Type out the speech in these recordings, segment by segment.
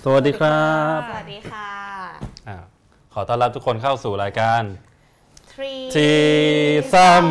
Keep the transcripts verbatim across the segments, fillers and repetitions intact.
สวัสดีครับสวัสดีค่ะขอต้อนรับทุกคนเข้าสู่รายการทีซัม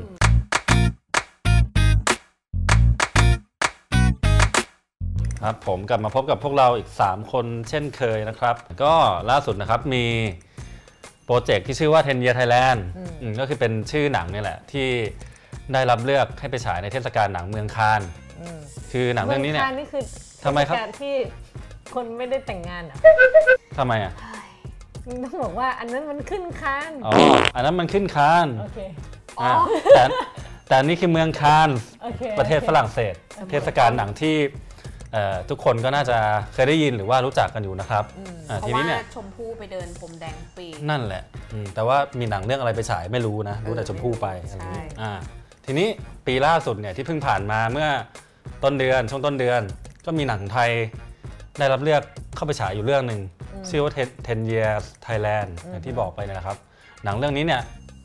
ครับผมกลับมาพบกับพวกเราอีกสามคนเช่นเคยนะครับก็ล่าสุดนะครับมีโปรเจกต์ที่ชื่อว่า เทน Year Thailand ก็คือเป็นชื่อหนังนี่แหละที่ได้รับเลือกให้ไปฉายในเทศกาลหนังเมืองคานคือหนังเรื่องนี้เนี่ยนี่คือทำไมครับที่คนไม่ได้แต่งงานอ่ะทำไมอ่ะต้องบอกว่าอันนั้นมันขึ้นคานอ๋ออันนั้นมันขึ้นคานโอเคแต่แต่นี่คือเมืองคานประเทศฝรั่งเศสเทศกาลหนังที่ทุกคนก็น่าจะเคยได้ยินหรือว่ารู้จักกันอยู่นะครับทีนี้เนี่ยชมพู่ไปเดินพรมแดงปีนั่นแหละแต่ว่ามีหนังเรื่องอะไรไปฉายไม่รู้นะรู้แต่ชมพู่ไปอะไรนี้ทีนี้ปีล่าสุดเนี่ยที่เพิ่งผ่านมาเมื่อต้นเดือนช่วงต้นเดือนก็มีหนังไทยได้รับเลือกเข้าไปฉายอยู่เรื่องหนึ่งชื่อว่า เทน Years Thailand อย่างที่บอกไปนะครับหนังเรื่องนี้เนี่ย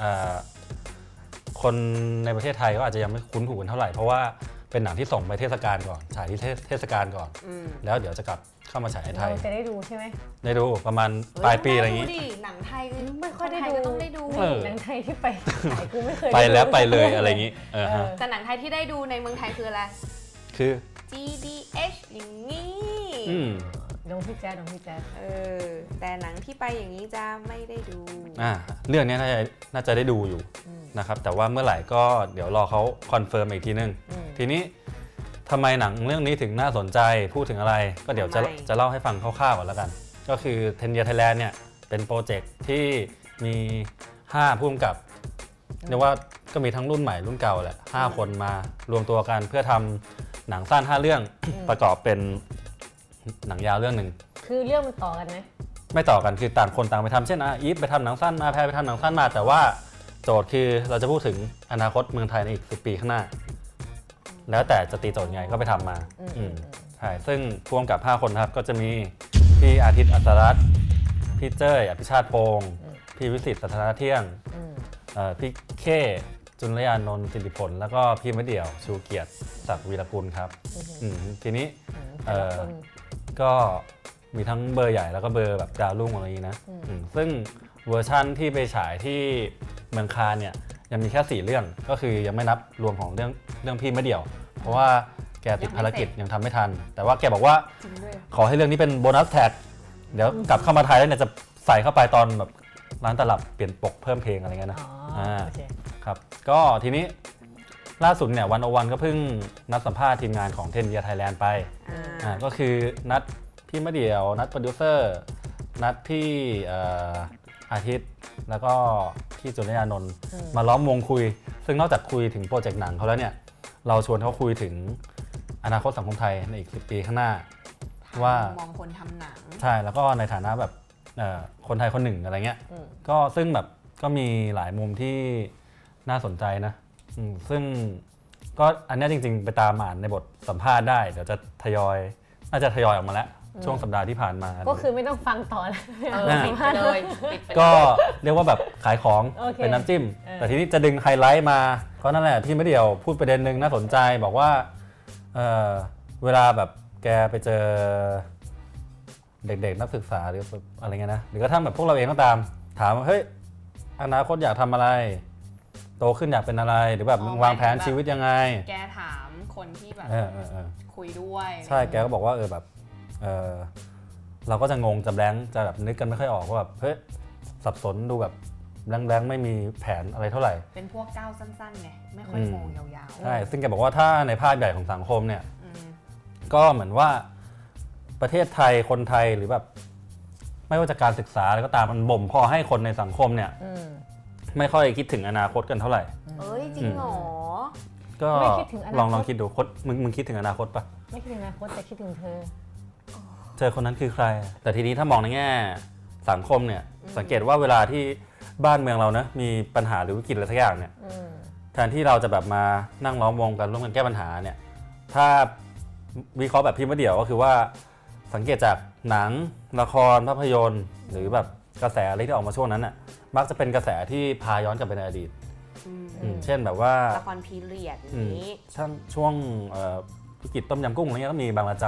คนในประเทศไทยก็อาจจะยังไม่คุ้นหูกันเท่าไหร่เพราะว่าเป็นหนังที่ส่งไปเทศกาลก่อนฉายที่เทศกาลก่อนแล้วเดี๋ยวจะกลับเข้ามาฉายในไทยจะได้ดูใช่ไหมได้ดูประมาณปลายปีอะไรอย่างนี้หนังไทยไม่ค่อยได้ดูต้องได้ดูหนังไทยที่ไปฉายกูไม่เคยไปแล้วไปเลยอะไรอย่างนี้แต่หนังไทยที่ได้ดูในเมืองไทยคืออะไรคือจี ดี เอช อย่างนี้ดงพี่แจ๊ดดงพี่แจ๊ดเออแต่หนังที่ไปอย่างนี้จะไม่ได้ดูอ่าเรื่องนี้น่าจะน่าจะได้ดูอยู่นะครับแต่ว่าเมื่อไหร่ก็เดี๋ยวรอเขาคอนเฟิร์มอีกทีนึงทีนี้ทำไมหนังเรื่องนี้ถึงน่าสนใจพูดถึงอะไรก็เดี๋ยวจะจะเล่าให้ฟังคร่าวๆก่อนแล้วกันก็คือ เทน Year Thailand เนี่ยเป็นโปรเจกต์ที่มีห้าผู้กำกับเรียกว่าก็มีทั้งรุ่นใหม่รุ่นเก่าแหละห้าคนมารวมตัวกันเพื่อทำหนังสั้นห้าเรื่องประกอบเป็นหนังยาวเรื่องหนึ่งคือเรื่องมันต่อกันไหมไม่ต่อกันคือต่างคนต่างไปทำเช่นอ่ะอีฟไปทำหนังสั้นมาแพรไปทำหนังสั้นมาแต่ว่าโจทย์คือเราจะพูดถึงอนาคตเมืองไทยในอีกสิบปีข้างหน้าแล้วแต่จะตีโจทย์ไงก็ไปทำมาใช่ซึ่งพ่วงกับห้าคนครับก็จะมีพี่อาทิตย์อัศรัตน์พี่เจ้ยอภิชาติพงศ์พี่วิสิตสัทธาเที่ยงพี่เคจุลยานนท์สิริผลแล้วก็พี่มะเดี่ยวชูเกียรติศักดิ์วีรกุลครับทีนี้ก็มีทั้งเบอร์ใหญ่แล้วก็เบอร์แบบดาวรุ่งอะไรอย่างนี้นะซึ่งเวอร์ชั่นที่ไปฉายที่เมืองคานเนี่ยยังมีแค่สี่เรื่องก็คือยังไม่นับรวมของเรื่องเรื่องพี่มะเดี่ยวเพราะว่าแกติดภารกิจยังทำไม่ทันแต่ว่าแกบอกว่าขอให้เรื่องนี้เป็นโบนัสแท็กเดี๋ยวกลับเข้ามาไทยแล้วเนี่ยจะใส่เข้าไปตอนแบบร้านตลับเปลี่ยนปกเพิ่มเพลงอะไรเงี้ยนะครับก็ทีนี้ล่าสุดเนี่ยวันโอวันก็เพิ่งนัดสัมภาษณ์ทีมงานของ เทน Year Thailand ไปอ่าก็คือนัดพี่มะเดี่ยวนัดโปรดิวเซอร์นัดพี่อาทิตย์แล้วก็พี่จุลยานนท์มาล้อมวงคุยซึ่งนอกจากคุยถึงโปรเจกต์หนังเขาแล้วเนี่ยเราชวนเขาคุยถึงอนาคตสังคมไทยในอีกสิบปีข้างหน้าว่ามองคนทำหนังใช่แล้วก็ในฐานะแบบคนไทยคนหนึ่งอะไรเงี้ยก็ซึ่งแบบก็มีหลายมุมที่น่าสนใจนะซึ่งก็อันนี้จริงๆไปตามอ่านในบทสัมภาษณ์ได้เดี๋ยวจะทยอยน่าจะทยอยออกมาแล้วช่วงสัปดาห์ที่ผ่านมาก็คือไม่ต้องฟังต่อแล้วปิดไปเลยก็เรียกว่าแบบขายของเป็นน้ำจิ้มแต่ทีนี้จะดึงไฮไลท์มาก็นั่นแหละพี่มะเดี่ยวพูดประเด็นหนึ่งน่าสนใจบอกว่า เ, เวลาแบบแกไปเจอเด็กๆนักศึกษาหรืออะไรเงี้ยนะหรือก็ถ้าแบบพวกเราเองก็ตามถามว่าเฮ้ยอนาคตอยากทำอะไรโตขึ้นอยากเป็นอะไรหรือแบบวางแผนชีวิตยังไงแกถามคนที่แบบคุยด้วยใช่แกก็บอกว่าเออแบบเออเราก็จะงงจะแบงค์จะแบบนึกกันไม่ค่อยออกว่าแบบเฮ้ยสับสนดูแบบแบงค์ไม่มีแผนอะไรเท่าไหร่เป็นพวกก้าวสั้นๆไงไม่ค่อยมองยาวๆใช่ซึ่งแกบอกว่าถ้าในภาพใหญ่ของสังคมเนี่ยก็เหมือนว่าประเทศไทยคนไทยหรือแบบไม่ว่าจะการศึกษาอะไรก็ตามมันบ่มพอให้คนในสังคมเนี่ยไม่ค่อยคิดถึงอนาคตกันเท่าไหร่เอ้ยจริงเหรอก็ลองลองคิดดูคดมึงมึงคิดถึงอนาคตปะไม่คิดถึงอนาคตแต่คิดถึงเธอเธอคนนั้นคือใครแต่ทีนี้ถ้ามองในแง่สังคมเนี่ยสังเกตว่าเวลาที่บ้านเมืองเรานะมีปัญหาหรือวิกฤตอะไรสักอย่างเนี่ยแทนที่เราจะแบบมานั่งล้อมวงกันร่วมกันแก้ปัญหาเนี่ยถ้าวิเคราะห์แบบพี่มะเดี่ยวก็คือว่าสังเกตจากหนังละครภาพยนตร์หรือแบบกระแสอะไรที่ออกมาช่วงนั้นน่ะมักจะเป็นกระแสที่พาย้อนกลับไปในอดีตเช่นแบบว่าละครพีเรียดนี้ช่วงช่วงวิกฤตต้มยำกุ้งอะไรเงี้ยก็มีบางระจัน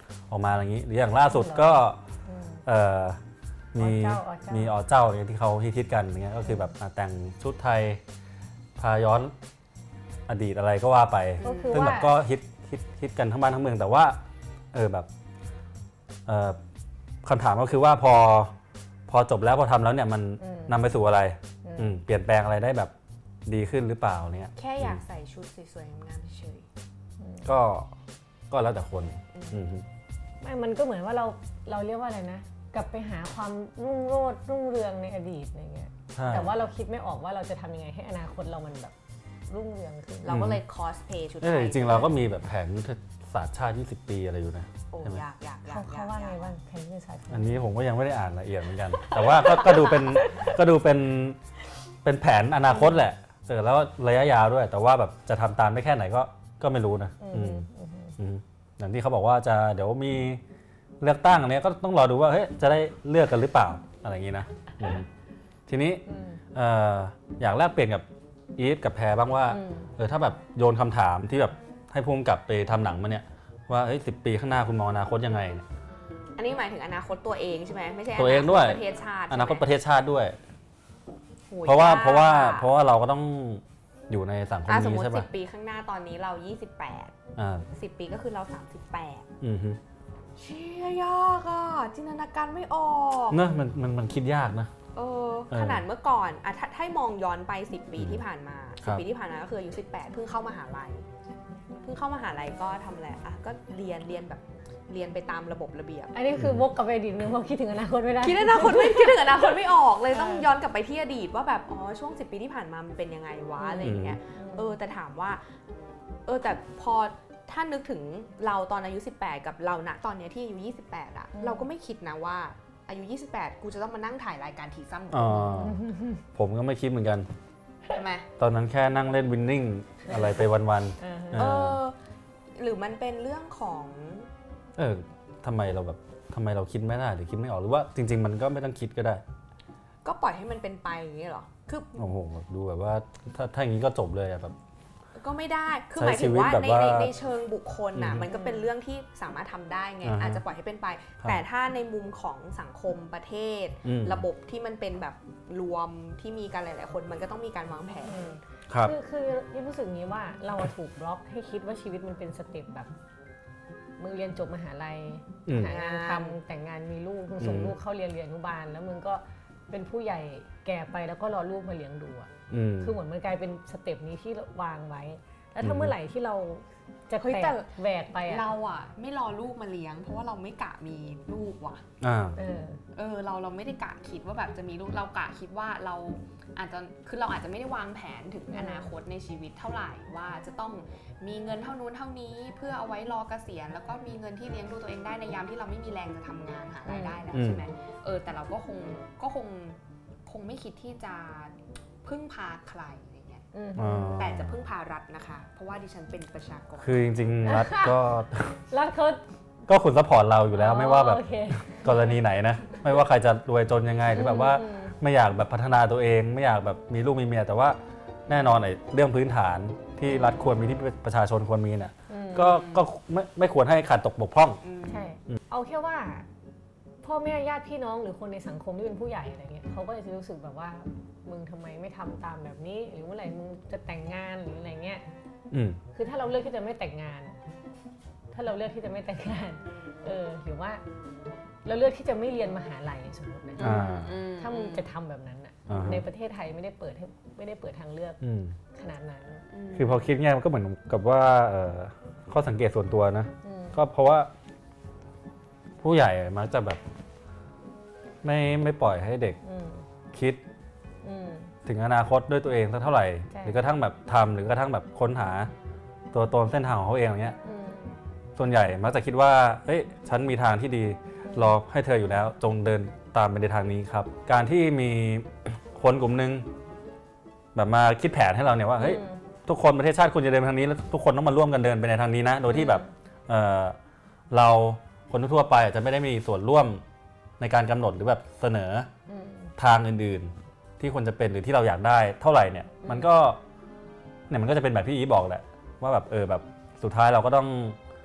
ออกมาอะไรอย่างนี้หรืออย่างล่าสุดก็เอ่อมีมีอ๋อเจ้าเนี่ยที่เขาฮิตๆกันอย่างเงี้ยก็คือแบบแต่งชุดไทยพาย้อนอดีตอะไรก็ว่าไปซึ่งแบบก็ฮิตฮิตฮิตกันทั้งบ้านทั้งเมืองแต่ว่าเออแบบเอ่อคำถามก็คือว่าพอพอจบแล้วพอทำแล้วเนี่ยมันนำไปสู่อะไรเปลี่ยนแปลงอะไรได้แบบดีขึ้นหรือเปล่าเนี่ยแค่อยากใส่ชุดสวยๆงามๆเฉยๆก็ก็แล้วแต่คนไม่มันก็เหมือนว่าเราเราเรียกว่าอะไรนะกลับไปหาความรุ่งโรจน์รุ่งเรืองในอดีตอะไรเงี้ยแต่ว่าเราคิดไม่ออกว่าเราจะทำยังไงให้อนาคตเรามันแบบรุ่งเรืองขึ้นเราก็เลยคอสเพย์ชุดไทยจริงๆเราก็มีแบบแผนยุทธศาสตร์ชาติยี่สิบปีอะไรอยู่นะโอ้ยากยากยากเขาว่าไงบ้างแผนยุทธศาสตร์อันนี้ผมก็ยังไม่ได้อ่านละเอียดเหมือนกันแต่ว่าก็ดูเป็นก็ดูเป็นเป็นแผนอนาคตแหละแต่แล้วระยะยาวด้วยแต่ว่าแบบจะทำตามได้แค่ไหนก็ก็ไม่รู้นะอย่างที่เขาบอกว่าจะเดี๋ยวมีเลือกตั้งอันนี้ก็ต้องรอดูว่าเฮ้ยจะได้เลือกกันหรือเปล่าอะไรอย่างนี้นะทีนี้อยากแลกเปลี่ยนกับอีฟกับแพรบ้างว่าเออถ้าแบบโยนคำถามที่แบบให้พุ่งกลับไปทำหนังมาเนี่ยว่าเฮ้ยสิบปีข้างหน้าคุณมองอนาคตยังไงอันนี้หมายถึงอนาคตตัวเองใช่ไหมไม่ใช่ตัวเองด้วยประเทศชาติอนาคตประเทศชาติด้วยเพราะว่าเพราะว่าเพราะว่าเราก็ต้องอยู่ในสังคมนี้ใช่ป่ะสมมติสิบปีข้างหน้าตอนนี้เรายี่สิบแปดอ่าสิบปีก็คือเราสามสิบแปดอือฮึเชี่ยยากอ่ะจินตนาการไม่ออกเนอะมันมันมันคิดยากนะเออขนาดเมื่อก่อนอ่ะถ้ามองย้อนไปสิบปีที่ผ่านมาสิบปีที่ผ่านมาก็คืออายุสิบแปดเพิ่งเข้ามหาลัยเพิ่งเข้ามหาลัยก็ทำอะไรอ่ะก็เรียนเรียนแบบเรียนไปตามระบบระเบียบอันนี้คือวกกลับไปอดีตนึงเพราะคิดถึงอนาคตไม่ได้คิดอนาคตไม่คิดถึงอนาคตไม่ออกเลยต้องย้อนกลับไปที่อดีตว่าแบบอ๋อช่วงสิบปีที่ผ่านมามันเป็นยังไงวะอะไรอย่างเงี้ยเออแต่ถามว่าเออแต่พอถ้านึกถึงเราตอนอายุสิบแปดกับเราณตอนนี้ที่อายุยี่สิบแปดอะเราก็ไม่คิดนะว่าอายุยี่สิบแปดกูจะต้องมานั่งถ่ายรายการทีซ้ำอ๋อผมก็ไม่คิดเหมือนกันใช่ไหมตอนนั้นแค่นั่งเล่นวินนิ่งอะไรไปวันๆเออหรือมันเป็นเรื่องของเออทำไมเราแบบทำไมเราคิดไม่ได้หรือคิดไม่ออกหรือว่าจริงๆมันก็ไม่ต้องคิดก็ได้ก็ปล่อยให้มันเป็นไปอย่างนี้หรอคือโอ้โหดูแบบว่าถ้าถ้าอย่างนี้ก็จบเลยอะแบบก็ไม่ได้คือหมายถึงว่าในในในเชิงบุคคลน่ะมันก็เป็นเรื่องที่สามารถทำได้ไงอาจจะปล่อยให้เป็นไปแต่ถ้าในมุมของสังคมประเทศระบบที่มันเป็นแบบรวมที่มีกันหลายๆคนมันก็ต้องมีการวางแผนคือคือยิ่งรู้สึกนี้ว่าเราถูกบล็อกให้คิดว่าชีวิตมันเป็นสเต็ปแบบมึงเรียนจบมหาลัยหางานทำแต่งงานมีลูกมึงส่งลูกเข้าเรียนเรียนอนุบาลแล้วมึงก็เป็นผู้ใหญ่แก่ไปแล้วก็รอลูกมาเลี้ยงดูอ่ะคือเหมือนมันกลายเป็นสเต็ปนี้ที่วางไว้แล้วถ้าเมื่อไหร่ที่เราจะแตกแหวกไปอ่ะเราอ่ะไม่รอลูกมาเลี้ยงเพราะว่าเราไม่กะมีลูกว่ะเออเออเราเราไม่ได้กะคิดว่าแบบจะมีลูกเรากะคิดว่าเราอาจจะคือเราอาจจะไม่ได้วางแผนถึงอนาคตในชีวิตเท่าไหร่ว่าจะต้องมีเงินเท่านู้นเท่านี้เพื่อเอาไว้รอเกษียณแล้วก็มีเงินที่เลี้ยงดูตัวเองได้ในยามที่เราไม่มีแรงจะทำงานหารายได้แล้วใช่ไหมเออแต่เราก็คงก็คงคงไม่คิดที่จะพึ่งพาใครอะไรเงี้ยแต่จะพึ่งพารัฐนะคะเพราะว่าดิฉันเป็นประชากรคือจริงๆรัฐก็รัฐเขาก็คุณซัพพอร์ตเราอยู่แล้วไม่ว่าแบบกรณีไหนนะไม่ว่าใครจะรวยจนยังไงหรือแบบว่าไม่อยากแบบพัฒนาตัวเองไม่อยากแบบมีลูกมีเมียแต่ว่าแน่นอนไอ้เรื่องพื้นฐานที่รัฐควรมีที่ประชาชนควรมีเนี่ยก็ก็ไม่ไม่ควรให้ขาดตกบกพร่องใช่เอาแค่ว่าพ่อแม่ญาติพี่น้องหรือคนในสังคมที่เป็นผู้ใหญ่อะไรเงี้ยเขาก็จะรู้สึกแบบว่ามึงทำไมไม่ทำตามแบบนี้หรือเมื่อไหร่มึงจะแต่งงานหรืออะไรเงี้ยคือถ้าเราเลือกที่จะไม่แต่งงานถ้าเราเลือกที่จะไม่แต่งงานเออหรือว่าเราเลือกที่จะไม่เรียนมหาลัยสมมตินะถ้ามึงจะทำแบบนั้นอ่ะในประเทศไทยไม่ได้เปิดให้ไม่ได้เปิดทางเลือกขนาดนั้นคือพอคิดง่ายมันก็เหมือนกับว่าข้อสังเกตส่วนตัวนะก็เพราะว่าผู้ใหญ่มักจะแบบไม่ไม่ปล่อยให้เด็กคิดถึงอนาคตด้วยตัวเองสักเท่าไหร่หรือกระทั่งแบบทำหรือกระทั่งแบบค้นหาตัวตนเส้นทางของเขาเองอย่างเงี้ยส่วนใหญ่มักจะคิดว่าเอ้ยฉันมีทางที่ดีรอให้เธออยู่แล้วจงเดินตามไปในทางนี้ครับการที่มีคนกลุ่มนึงแบบมาคิดแผนให้เราเนี่ยว่าเฮ้ยทุกคนประเทศชาติควรจะเดินไปทางนี้แล้วทุกคนต้องมาร่วมกันเดินไปในทางนี้นะโดยที่แบบเอ่อเราคนทั่วไปอาจจะไม่ได้มีส่วนร่วมในการกำหนดหรือแบบเสนอทางอื่นๆที่ควรจะเป็นหรือที่เราอยากได้เท่าไหร่เนี่ยมันก็เนี่ยมันก็จะเป็นแบบที่อีบอกแหละว่าแบบเออแบบสุดท้ายเราก็ต้อง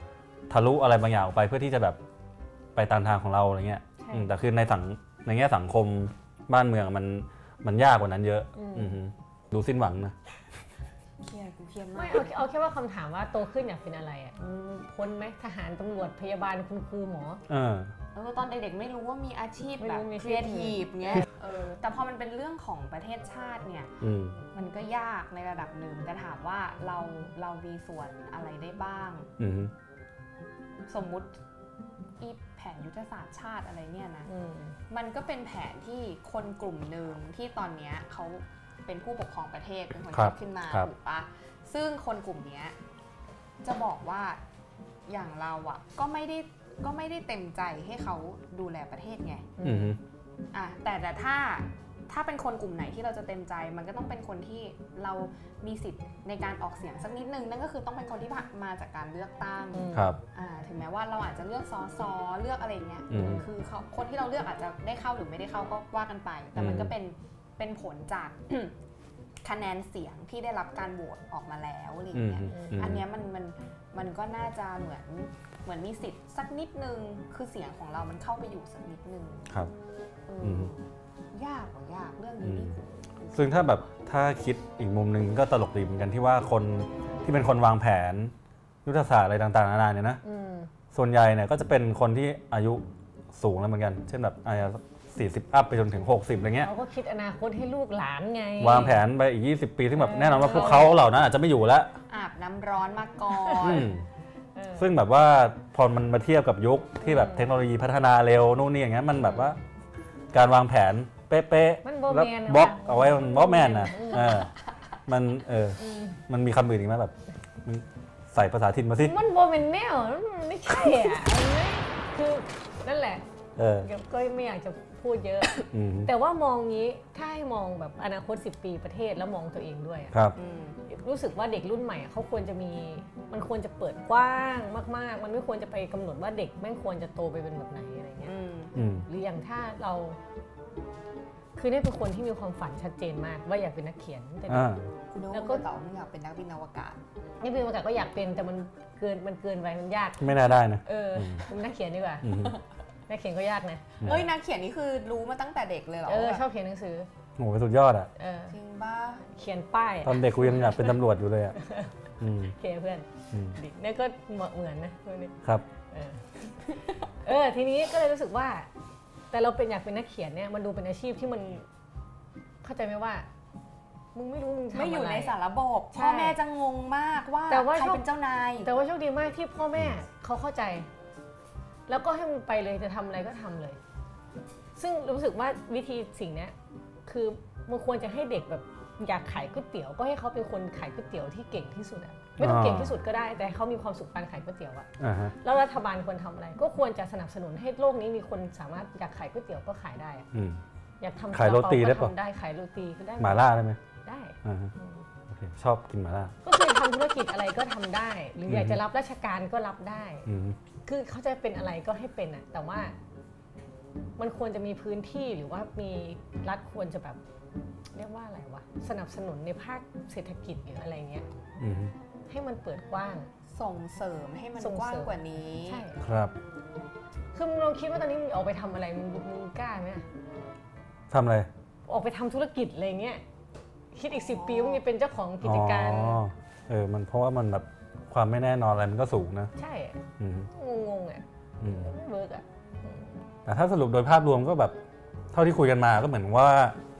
ทะลุอะไรบางอย่างออกไปเพื่อที่จะแบบไปตามทางของเราอะไรเงี้ยแต่คือในสังในแง่สังคมบ้านเมืองมันมันยากกว่านั้นเยอะดูสิ้นหวังนะเครียดกูเครียดมากไม่เอาเอาแค่ว่าคำถามว่าโตขึ้นอยากเป็นอะไรอ่ะพ้นไหมทหารตำรวจพยาบาลคุณครูหมอเออเออตอนเด็กๆไม่รู้ว่ามีอาชีพแบบครีเอทีฟเงี้ยเออแต่พอมันเป็นเรื่องของประเทศชาติเนี่ยมันก็ยากในระดับหนึ่งแต่ถามว่าเราเรามีส่วนอะไรได้บ้างสมมุติอีแผนยุทธศาสตร์ชาติอะไรเนี่ยนะมันก็เป็นแผนที่คนกลุ่มหนึ่งที่ตอนนี้เขาเป็นผู้ปกครองประเทศเป็นคนคิดขึ้นมาถูกปะซึ่งคนกลุ่มนี้จะบอกว่าอย่างเราอ่ะก็ไม่ได้ก็ไม่ได้เต็มใจให้เขาดูแลประเทศไงอ่ะแต่แต่ถ้าถ้าเป็นคนกลุ่มไหนที่เราจะเต็มใจมันก็ต้องเป็นคนที่เรามีสิทธิ์ในการออกเสียงสักนิดนึงนั่นก็คือต้องเป็นคนที่มาจากการเลือกตั้งครับอ่าถึงแม้ว่าเราอาจจะเลือกสสเลือกอะไรเงี้ยคือเขาคนที่เราเลือกอาจจะได้เข้าหรือไม่ได้เข้าก็ว่ากันไปแต่มันก็เป็นเป็นผลจาก คะแนนเสียงที่ได้รับการโหวตออกมาแล้วอะไรเงี้ยอันนี้มันมันมันก็น่าจะเหมือนเหมือนมีสิทธิ์สักนิดนึงคือเสียงของเรามันเข้าไปอยู่สักนิดนึงครับยากกว่ายากเรื่องนี้ซึ่งถ้าแบบถ้าคิดอีกมุมนึงก็ตลกดีเหมือนกันที่ว่าคนที่เป็นคนวางแผนยุทธศาสตร์อะไรต่างๆนานาเนี่ยนะส่วนใหญ่เนี่ยก็จะเป็นคนที่อายุสูงแล้วเหมือนกันเช่นแบบอายุสี่สิบอัพไปจนถึงหกสิบอะไรเงี้ยเขาก็คิดอนาคตให้ลูกหลานไงวางแผนไปอีกยี่สิบปีซึ่งแบบแน่นอนว่าพวกเขาเหล่านั้นอาจจะไม่อยู่แล้วอาบน้ำร้อนมาก่อนซึ่งแบบว่าพอมันมาเทียบกับยุคที่แบบเทคโนโลยีพัฒนาเร็วนู่นนี่อย่างเงี้ยมันแบบว่าการวางแผนเป๊ะๆแล้วบล็อกเอาไว้มันบล็อกแมนนะเออมันเออมันมีคำอื่นอีกไหมแบบใส่ภาษาถิ่นมาสิมันโบเมนแนวมันไม่ใช่อ่ะคือนั่นแหละก็ไม่อยากจะพูดเยอะแต่ว่ามองงี้ถ้าให้มองแบบอนาคตสิบปีประเทศแล้วมองตัวเองด้วยครับรู้สึกว่าเด็กรุ่นใหม่เขาควรจะมีมันควรจะเปิดกว้างมากๆมันไม่ควรจะไปกำหนดว่าเด็กแม่งควรจะโตไปเป็นแบบไหนอะไรเงี้ยหรืออย่างถ้าเราคือได้เป็นคนที่มีความฝันชัดเจนมากว่าอยากเป็นนักเขียนแล้วก็ต่ออยากเป็นนักบินอวกาศนักบินอวกาศก็อยากเป็นแต่มันเกินมันเกินไปมันยากไม่น่าได้นะเออเป็นนักเขียนดีกว่านักเขียนก็ยากนะเอ้ยนักเขียนนี่คือรู้มาตั้งแต่เด็กเลยเหรอเออชอบเขียนหนังสือโหสุดยอดอ่ะจริงป่ะเขียนป้ายตอนเด็กกูยังอยากเป็นตำรวจอยู่เลยอ่ะโอเคเพื่อนนี่ก็เหมือนนะตัวนี้ครับเออทีนี้ก็เลยรู้สึกว่าแต่เราเป็นอยากเป็นนักเขียนเนี่ยมันดูเป็นอาชีพที่มันเข้าใจไหมว่ามึงไม่รู้มึงทำอะไรไม่อยู่ในสารระบบพ่อแม่จะงงมากว่าใครเป็นเจ้านายแต่ว่าโชคดีมากที่พ่อแม่เขาเข้าใจแล้วก็ให้มึงไปเลยจะทำอะไรก็ทำเลย ซึ่งรู้สึกว่าวิธีสิ่งนี้คือมันควรจะให้เด็กแบบอยากขายก๋วยเตี๋ยวก็ให้เขาเป็นคนขายก๋วยเตี๋ยวที่เก่งที่สุดอะไม่ต้องเก่งที่สุดก็ได้แต่เขามีความสุขการขายก๋วยเตี๋ยวอะแล้วรัฐบาลควรทำอะไรก็ควรจะสนับสนุนให้โลกนี้มีคนสามารถอยากขายก๋วยเตี๋ยวก็ขายได้อยากทำขายโรตีได้ปะได้ขายโรตีก็ได้หม่าล่าได้ไหมได้ชอบกินหม่าล่าก็คือทำธุรกิจอะไรก็ทำได้หรืออยากจะรับราชการก็รับได้คือเขาจะเป็นอะไรก็ให้เป็นอะแต่ว่ามันควรจะมีพื้นที่หรือว่ามีรัฐควรจะแบบเรียกว่าอะไรวะสนับสนุนในภาคเศรษฐกิจหรืออะไรเงี้ยให้มันเปิดกว้างส่งเสริมให้มันกว้างกว่านี้ใช่ครับคือมึงลองคิดว่าตอนนี้มึงออกไปทำอะไรมึงมึงกล้าไหมทำอะไรออกไปทำธุรกิจอะไรเงี้ยคิดอีกสิบปีมึงจะเป็นเจ้าของกิจการอ๋อเออมันเพราะว่ามันแบบความไม่แน่นอนอะไรมันก็สูงนะใช่งงๆอ่ะไม่เวิร์กอ่ะแต่ถ้าสรุปโดยภาพรวมก็แบบเท่าที่คุยกันมาก็เหมือนว่า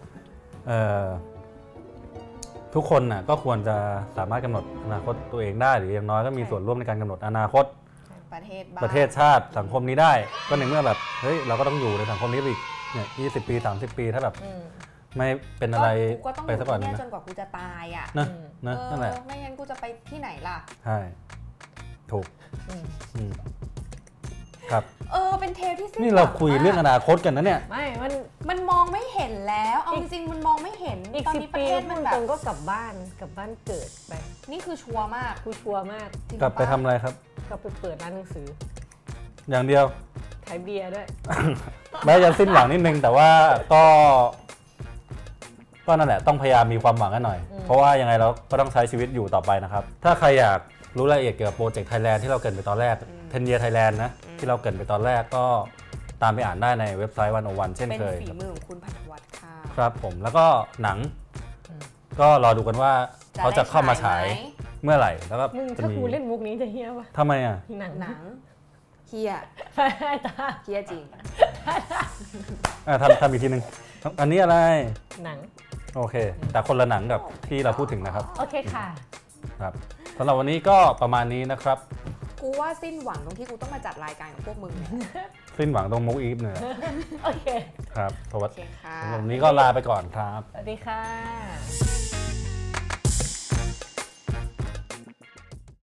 ทุกคนน่ะก็ควรจะสามารถกำหนดอนาคตตัวเองได้หรืออย่างน้อยก็มีส่วนร่วมในการกำหนดอนาคตประเทศประเทศชาติสังคมนี้ได้ก็ในเมื่อแบบเฮ้ยเราก็ต้องอยู่ในสังคมนี้อีกเนี่ยยี่สิบปีสามสิบปีถ้าแบบไม่เป็นอะไรไปซะก่อนนะจนกว่ากูจะตายอ่ะนะนะนั่นแหละไม่งั้นกูจะไปที่ไหนล่ะใช่ถูกครับเออเป็นเทปที่นี่เราคุยเรื่องอนาคตกันนะเนี่ยไม่มันมันมองไม่เห็นแล้วเอาจริงๆมันมองไม่เห็นอีกสิบปีมันแบบก็กลับบ้านกลับบ้านเกิดไปนี่คือชัวร์มากคือชัวร์มากกลับไปทำอะไรครับกลับไปเปิดร้านหนังสืออย่างเดียวขายเบียร์ด้วยแม้จะสิ้นหวังนิดนึงแต่ว่าก็ก็นั่นแหละต้องพยายามมีความหวังกันหน่อยเพราะว่ายังไงเราก็ต้องใช้ชีวิตอยู่ต่อไปนะครับถ้าใครอยากรู้รายละเอียดเกี่ยวกับโปรเจกต์ไทยแลนด์ที่เราเกิดไปตอนแรกเทนเยียไทยแลนด์นะที่เราเกริ่นไปตอนแรกก็ตามไปอ่านได้ในเว็บไซต์วันโอวันเช่นเคยเป็นฝีมือของคุณพันธวัฒน์ค่ะครับผมแล้วก็หนังก็รอดูกันว่าเขาจะเข้ามาฉายเมื่อไหร่แล้วก็มึงถ้ากูเล่นมุกนี้จะเฮี้ยป่ะทำไมอ่ะหนังหนังเฮี้ยเฮี้ยจริงอ่ะทำทำอีกทีนึงอันนี้อะไรหนังโอเคแต่คนละหนังกับที่เราพูดถึงนะครับโอเคค่ะครับสำหรับวันนี้ก็ประมาณนี้นะครับกูว่าสิ้นหวังตรงที่กูต้องมาจัดรายการของพวกมึงสิ้นหวังตรงมุกอีฟเนี่ยโอเคครับเพราะว่าวันนี้ก็ลาไปก่อนครับสวัสดีค่ะ